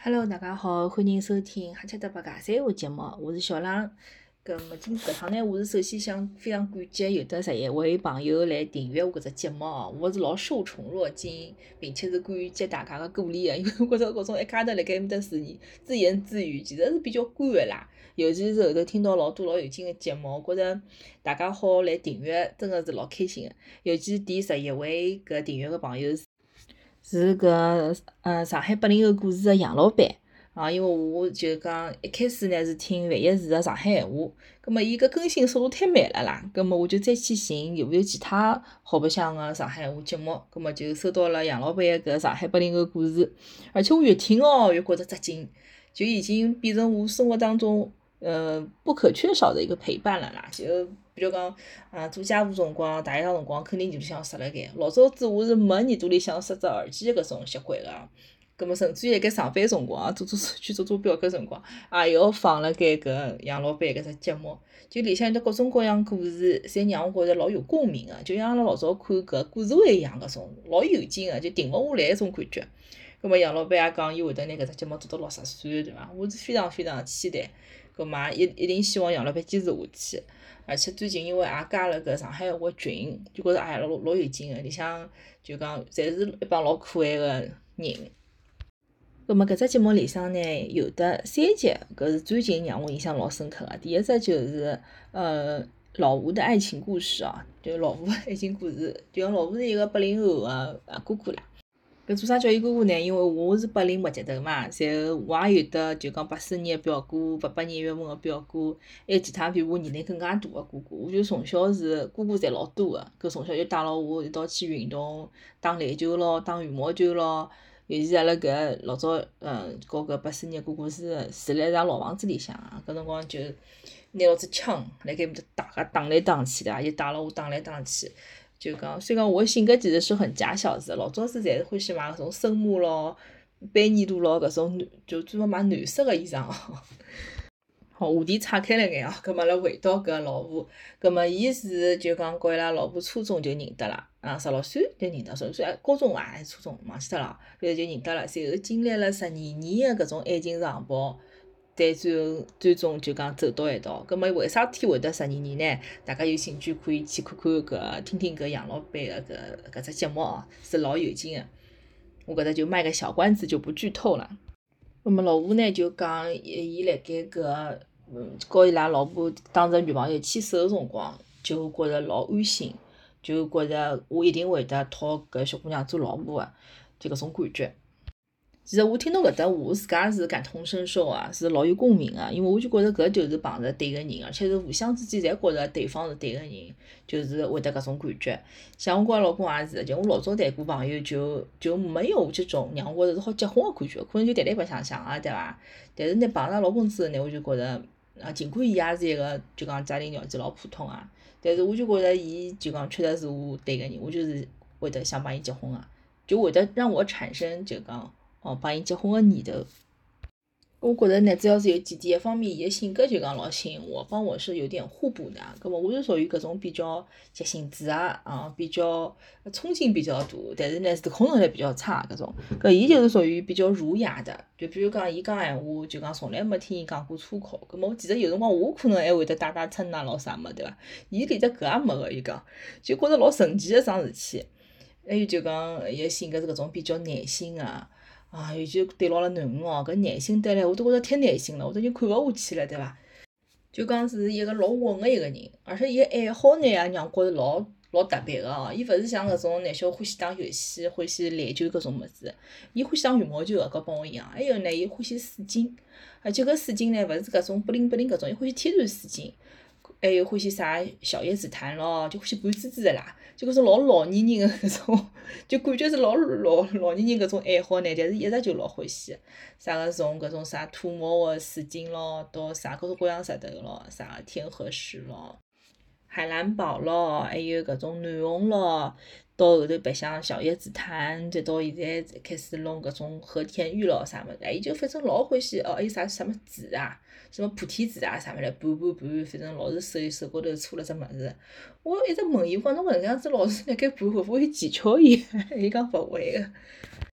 Hello，大家好，欢迎收听哈吃的八嘎三胡节目，我是小浪。搿趟呢，我是首先想非常感激有得11位朋友来订阅我搿只节目哦，我是老受宠若惊，并且是感激大家的鼓励的，因为我觉着搿种一家头辣盖埃面搭自言自语，其实是比较干的啦。尤其是后头听到老多老有劲的节目，我觉着大家好来订阅，真的是老开心的。尤其是第11位搿订阅的朋友是搿上海80后故事的杨老板啊，因为我就讲一开始呢是听范逸士的上海闲话，葛末伊搿更新速度太慢了啦，葛末我就再去寻有没有其他好白相的上海闲话节目，葛末就搜到了杨老板的搿上海80后故事，而且我越听哦越觉着扎劲，就已经变成我生活当中不可缺少的一个陪伴了啦，就比如讲，做家务辰光，大一趟辰光肯定耳里向塞辣盖。老早子我是没耳朵里向塞只耳机的搿种习惯个，葛末甚至于辣盖上班辰光，做数据、做表格辰光，也要放辣盖搿杨老板搿只节目。就里向有得各种各样故事，侪让我觉着老有共鸣个，就像阿拉老早看搿故事会一样，搿种老有劲个，就停勿下来搿种感觉。葛末杨老板也讲，伊会得拿搿只节目做到60岁，对伐？我是非常非常期待。葛末一定希望杨老板坚持下去。而且最近因为也加了搿上海话群，就觉着哎呀老有劲个，里向就讲侪是一帮老可爱个人。葛末搿只节目里向呢有得3集，搿是最近让我印象老深刻个。第一只就是老吴的爱情故事哦，就老吴的爱情故事，就讲老吴是一个80后个哥哥啦。搿做啥叫伊哥哥呢？因为我是80末节头嘛，然后我也有得就讲84年个表哥，88年1月份个表哥，还有其他比我年龄更加大个哥哥。我就从小是哥哥侪老多个，搿从小就带牢我一道去运动，打篮球咯，打羽毛球咯。尤其是阿拉搿老早，和搿84年哥哥是住辣一幢老房子里向啊，搿辰光就拿牢只枪辣盖面搭大家打来打去的，就带牢我打来打去。就讲，虽然讲我的性格其实是很假小子，老早子侪是欢喜买搿种森马咯、班尼路咯搿种，就专门买男色个衣裳。好，话题岔开了眼哦，葛末来回到搿老吴，葛末伊是就讲跟伊拉老婆初中就认得了，16岁就认得，16岁高中还是初中忘记脱了，反正就认得了。随后经历了12年的搿种爱情长跑，最终就讲走到一道。葛末为啥体会得12年呢？大家有兴趣可以去看看听听搿杨老板的搿只节目哦，是老有劲的。我搿搭就卖个小关子，就不剧透了。那么老吴呢就讲，伊辣盖搿和伊拉老婆当着女朋友牵手个辰光，就觉着老安心，就觉着我一定会得讨搿小姑娘做老婆个，就搿种感觉。其实我听到搿搭，我自家是感同身受啊，是老有共鸣个，因为我就觉着搿就是碰着对个人，而且是互相之间侪觉着对方是对个人，就是会得搿种感觉。像我跟我老公也是，就我老早谈过朋友，就没有这种让我觉着是好结婚个感觉，可能就谈谈白相相啊，对伐？但是呢，碰上老公之后呢，我就觉着，尽管伊也是一个就讲家庭条件老普通啊，但是我就觉着伊就讲确实是我对个人，我就是会得想帮伊结婚个，就会得让我产生就讲。帮伊结婚个念头，我觉着呢，主要是有几点，一方面伊个性格就讲老吸引我，帮我是有点互补的。葛末我是属于搿种比较急性子比较冲劲比较大，但是呢，自控能力比较差搿种。伊就是属于比较儒雅的，就比如讲伊讲闲话，就讲从来没听伊讲过粗口。葛末我其实有辰光我可能还会得打称呐咾啥么，对伐？伊连只搿也没个，伊讲就觉着老神奇个桩事体。还有就讲伊个性格是搿种比较耐心个。尤其对牢了囡恩哦，搿耐心对来我都觉着太耐心了，我都已经看勿下去了，对伐？就讲是一个老稳个一个人，而且伊个爱好呢也让我觉着老特别个哦。伊勿是像搿种男小欢喜打游戏、欢喜篮球搿种物事，伊欢喜打羽毛球个，搿帮我一样。还有呢，伊欢喜水晶，而且搿水晶呢勿是搿种不灵不灵搿种，伊欢喜天然水晶。还有欢喜啥小叶紫檀咯，就欢喜半支支个啦，就搿种老年人个搿种，就感觉是老年人搿种爱好呢，但是一直就老欢喜。啥个从搿种啥土猫个水晶咯，到啥各种各样石头咯，啥个天河石咯。海蓝宝咯，还有搿种南红咯，到后头白相小叶紫檀，再到现在开始弄搿种和田玉咯啥物事，伊就反正老欢喜哦，还有啥么纸啊，什么菩提子啊啥物事，盘，反正老是手高头搓了只物事。我一直问伊，我讲侬搿能样子老是辣盖盘，会勿会技巧伊？伊讲勿会个。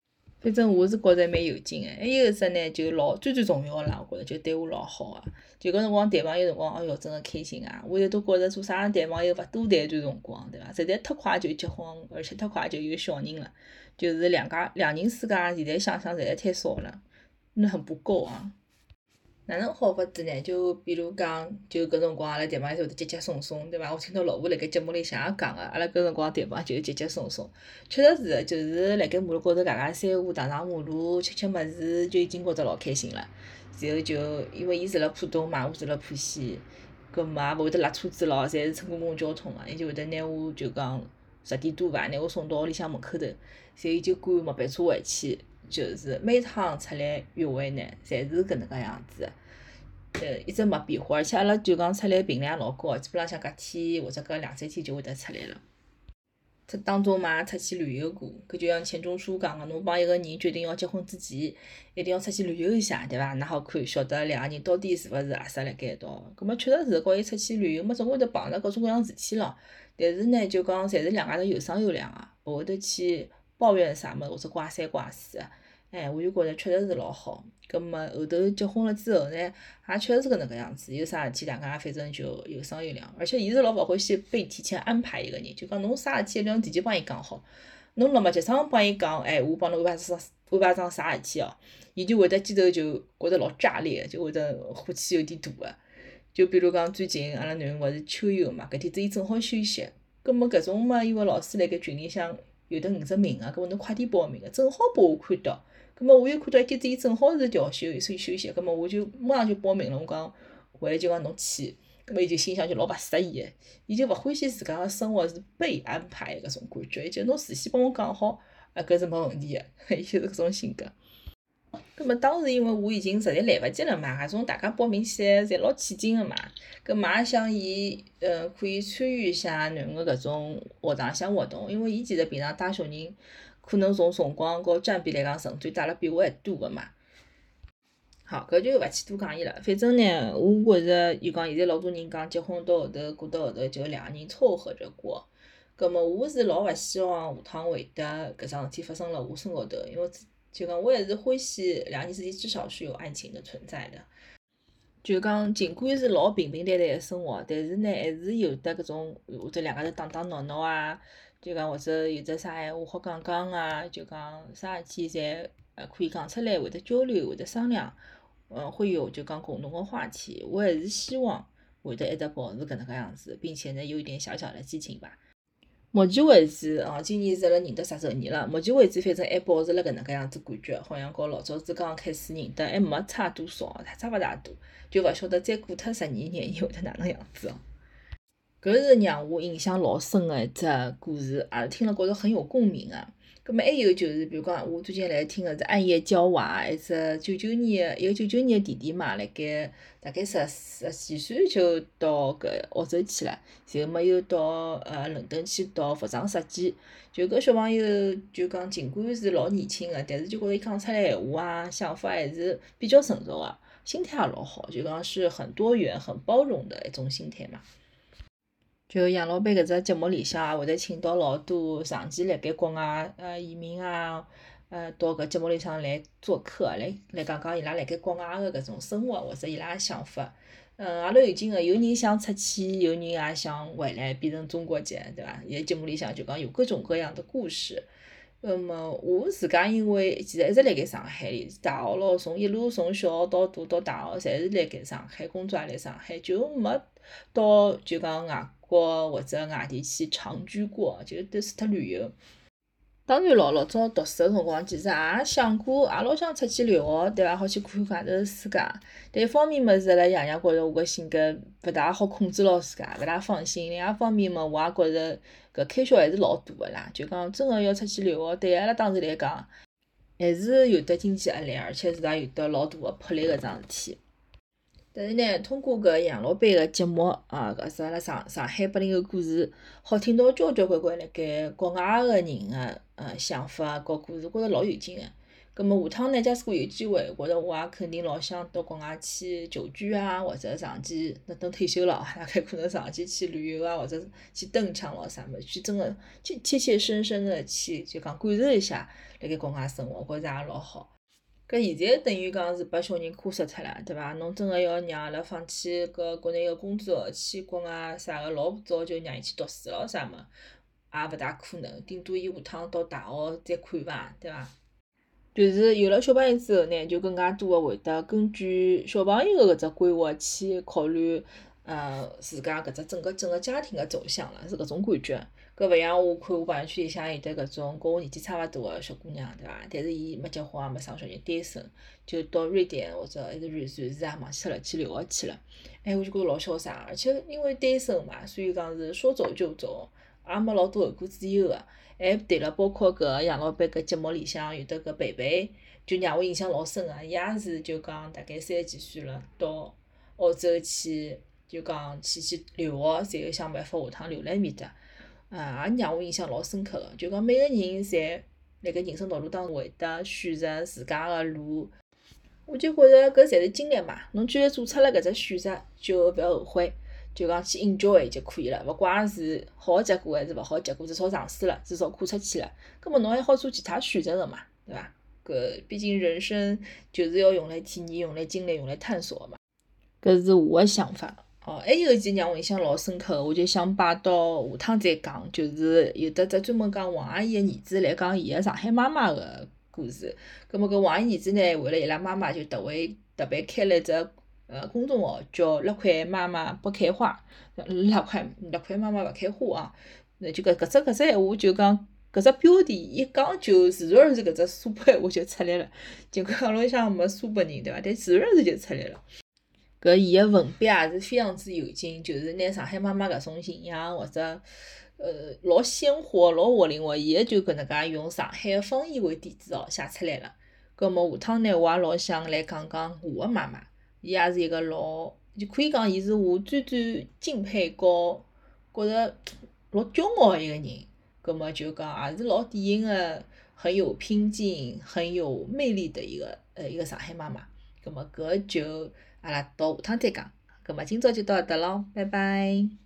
反正我是觉着蛮有劲个。还有一只呢，就老最重要个啦，我觉着就对我老好个。就搿辰光谈朋友辰光，哎哟，真个开心啊！我一直都觉着做啥谈朋友勿多谈一段辰光，对伐？实在忒快就结婚，而且忒快就有小人了，就是两人世界，现在想想实在太少了，那很不够啊。哪能好法子呢？就比如讲，就搿辰光阿拉谈朋友会得接接送送，对伐？我听到老婆辣盖节目里向也讲个，阿拉搿辰光谈朋友就是接接送送，确实是个，就是辣盖马路高头揩揩三胡、打打马路、吃吃物事，就已经觉着老开心了。然后就因为伊住辣浦东嘛，我住辣浦西，搿么也勿会得拉车子咯，侪是乘公共交通个，伊就会得拿我就讲10点多伐，拿我送到屋里向门口头，然后伊就赶末班车回去。就是每趟出来约会呢，侪是搿能介样子个，一直没变化，而且阿拉就讲出来频量老高，基本浪向隔天或者隔2、3天就会得出来了。这当中嘛，出去旅游过，搿就像钱钟书讲个，侬帮一个人决定要结婚之前，一定要出去旅游一下，对伐？㑚好看晓得两个人到底是勿是合适辣盖一道。葛末确实是告伊出去旅游，么总会得碰着各种各样事体咯。但是呢，就讲侪是两家头有商有量个，勿会得去抱怨啥物事或者怪三怪四个。我就觉着确实是老好。葛末后头结婚了之后呢，也确实是搿能介样子。有啥事体大家反正就有商有量，而且伊是老勿欢喜被提前安排一个人，就讲侬啥事体一定要提前帮伊讲好。侬辣么脚上帮伊讲，我帮侬安排桩啥事体哦，伊就会得记头就觉着老炸裂，就会得火气有点大个。就比如讲最近阿拉囡恩勿是秋游嘛，搿天子伊正好休息，葛末搿种嘛，因为老师辣盖群里向有得50名个，搿么侬快点报名个，正好拨我看到。葛末我又看到一天子伊正好是调休，所以休息，葛末我就马上就报名了。我讲回来就讲侬去，葛末伊就心想就老勿适意个，伊就勿欢喜自家个生活是被安排搿种感觉，伊就侬事先帮我讲好，搿是没问题个，伊就是搿种性格。葛末当时因为我已经实在来勿及了嘛，搿种大家报名起来侪老起劲个嘛，葛末也想伊可以参与一下囡恩个搿种学堂向活动，因为伊其实平常带小人。可能从辰光和占比来讲，成绩带了比我还多个嘛。好，搿就勿去多讲伊了。反正呢，我觉着就讲现在老多人讲结婚到后头过到后头就两个人凑合着过。葛末我是老勿希望下趟会得搿桩事体发生辣我身高头，因为就讲我还是欢喜两个人之间至少是有爱情的存在的。就讲尽管是老平平淡淡个生活，但是呢，还是有得搿种或者两家头打打闹闹啊。就讲或者有只啥闲话好讲讲啊，就讲啥事体侪可以讲出来，会得交流，会得商量，会有就讲共同个话题。我还是希望会得一直保持搿能介样子，并且呢有一点小小的激情吧。目前为止今年是阿拉认得10周年了。目前为止，反正还保持辣搿能介样子感觉，好像和老早子刚刚开始认得还没差多少，差勿大多，就勿晓得再过脱10年，廿年会得哪能样子哦。搿是让我印象老深个一只故事，也是听了觉着很有共鸣个。葛末还有就是，比如讲，我最近辣听个是《暗夜娇娃》，一只一个99年个弟弟嘛，辣盖大概十几岁就到搿澳洲去了，然后么又到伦敦去读服装设计。就搿小朋友就讲，尽管是老年轻个，但是就觉着伊讲出来闲话啊，想法还是比较成熟个，心态也老好，就讲是很多元、很包容的一种心态嘛。就杨老板搿只节目里向也会得请到老多长期辣盖国外移民啊，到搿节目里向来做客，来讲讲伊拉辣盖国外个搿种生活或者伊拉个想法。也老有劲个，有人想出去，有人也想回来变成中国籍，对伐？伊个节目里向就讲有各种各样的故事。么我自家因为其实一直辣盖上海里，大学咯，一路从小学到大到大学，侪是辣盖上海，工作也辣上海，就没到就讲外国或者外地去长居过，就都是脱旅游。当然咯，老早读书个辰光，其实也想过，也老想出去留学，对伐？好去看看外头世界。但一方面么是阿拉爷娘觉着我个性格勿大好控制牢自家，勿大放心；另一方面么，我也觉着搿开销还是老大个啦。就讲真个要出去留学，对阿拉当时来讲，还是有得经济压力，而且是也有得老大个魄力搿桩事体。但是呢，通过搿杨老板个节目搿是阿拉上海80后故事，好听到交交关关辣盖国外个人个想法和故事，觉着老有劲个。 葛末下趟呢，假使讲有机会，觉着我也肯定老想到国外去久居啊，或者长期等退休了，大概可能长期去旅游啊，或者去登枪咯啥物事，去真个去切切身身的去就讲感受一下辣盖国外生活，觉着也老好。搿现在等于讲是把小人科死脱了，对伐？侬真个要让阿拉放弃搿国内个工作，去国外啥个老早就让伊去读书咯啥物，也勿大可能。顶多伊下趟到大学再看伐，对伐？就是有了小朋友之后呢，就更加多个会得根据小朋友个搿只规划去考虑，自家搿只整个家庭个走向了，是搿种感觉。搿勿像我看我朋友圈里向有得搿种跟我年纪差勿多个小姑娘，对伐？但是伊没结婚也没生小人，单身，就到瑞典或者还是瑞士啊，忘记脱了去留学去了。哎，我就觉着老潇洒，而且因为单身嘛，所以讲是说走就走，也没老多后顾之忧个。哎，对了，包括搿杨老板搿节目里向有得搿贝贝，就让我印象老深个。伊也是就讲大概30几岁了，到澳洲去就讲去留学，然后想办法下趟留辣埃面搭，也让我印象老深刻个。就讲每个人侪辣盖人生道路当中会得选择自家个路，我就觉着搿侪是经历嘛。侬既然做出了搿只选择，就勿要后悔。就讲去 enjoy 就可以了，勿怪是好个结果还是勿好个结果，至少尝试了，至少跨出去了。葛末侬还好做其他选择个嘛，对伐？搿毕竟人生就是要用来体验、用来经历、用来探索个嘛。搿是我个想法。哦，还有一件让我印象老深刻个，我就想摆到下趟再讲，就是有得只专门讲王阿姨个儿子来讲伊个上海妈妈个故事。葛末搿王阿姨儿子呢，为了伊拉妈妈就特别开了一只公众号叫“辣块妈妈不开花”，辣块妈妈勿开花啊。那就搿只闲话就讲搿只标题一讲就自然而然搿只苏北闲话就出来了。尽管网络里向没苏北人对伐？但自然而然就出来了。搿伊个文笔也是非常之有劲，就是拿上海妈妈搿种形象或者老鲜活、老活灵活现就搿能介用上海个方言为底子哦写出来了。葛末下趟呢，我也老想来讲讲我个妈妈。伊也是一个老，就可以讲伊是我最敬佩和觉着老骄傲个一个人。葛末就讲也是老典型个，很有拼劲、很有魅力的一个上海妈妈。葛末搿就阿拉到下趟再讲。葛末今朝就到搿搭咯，拜拜。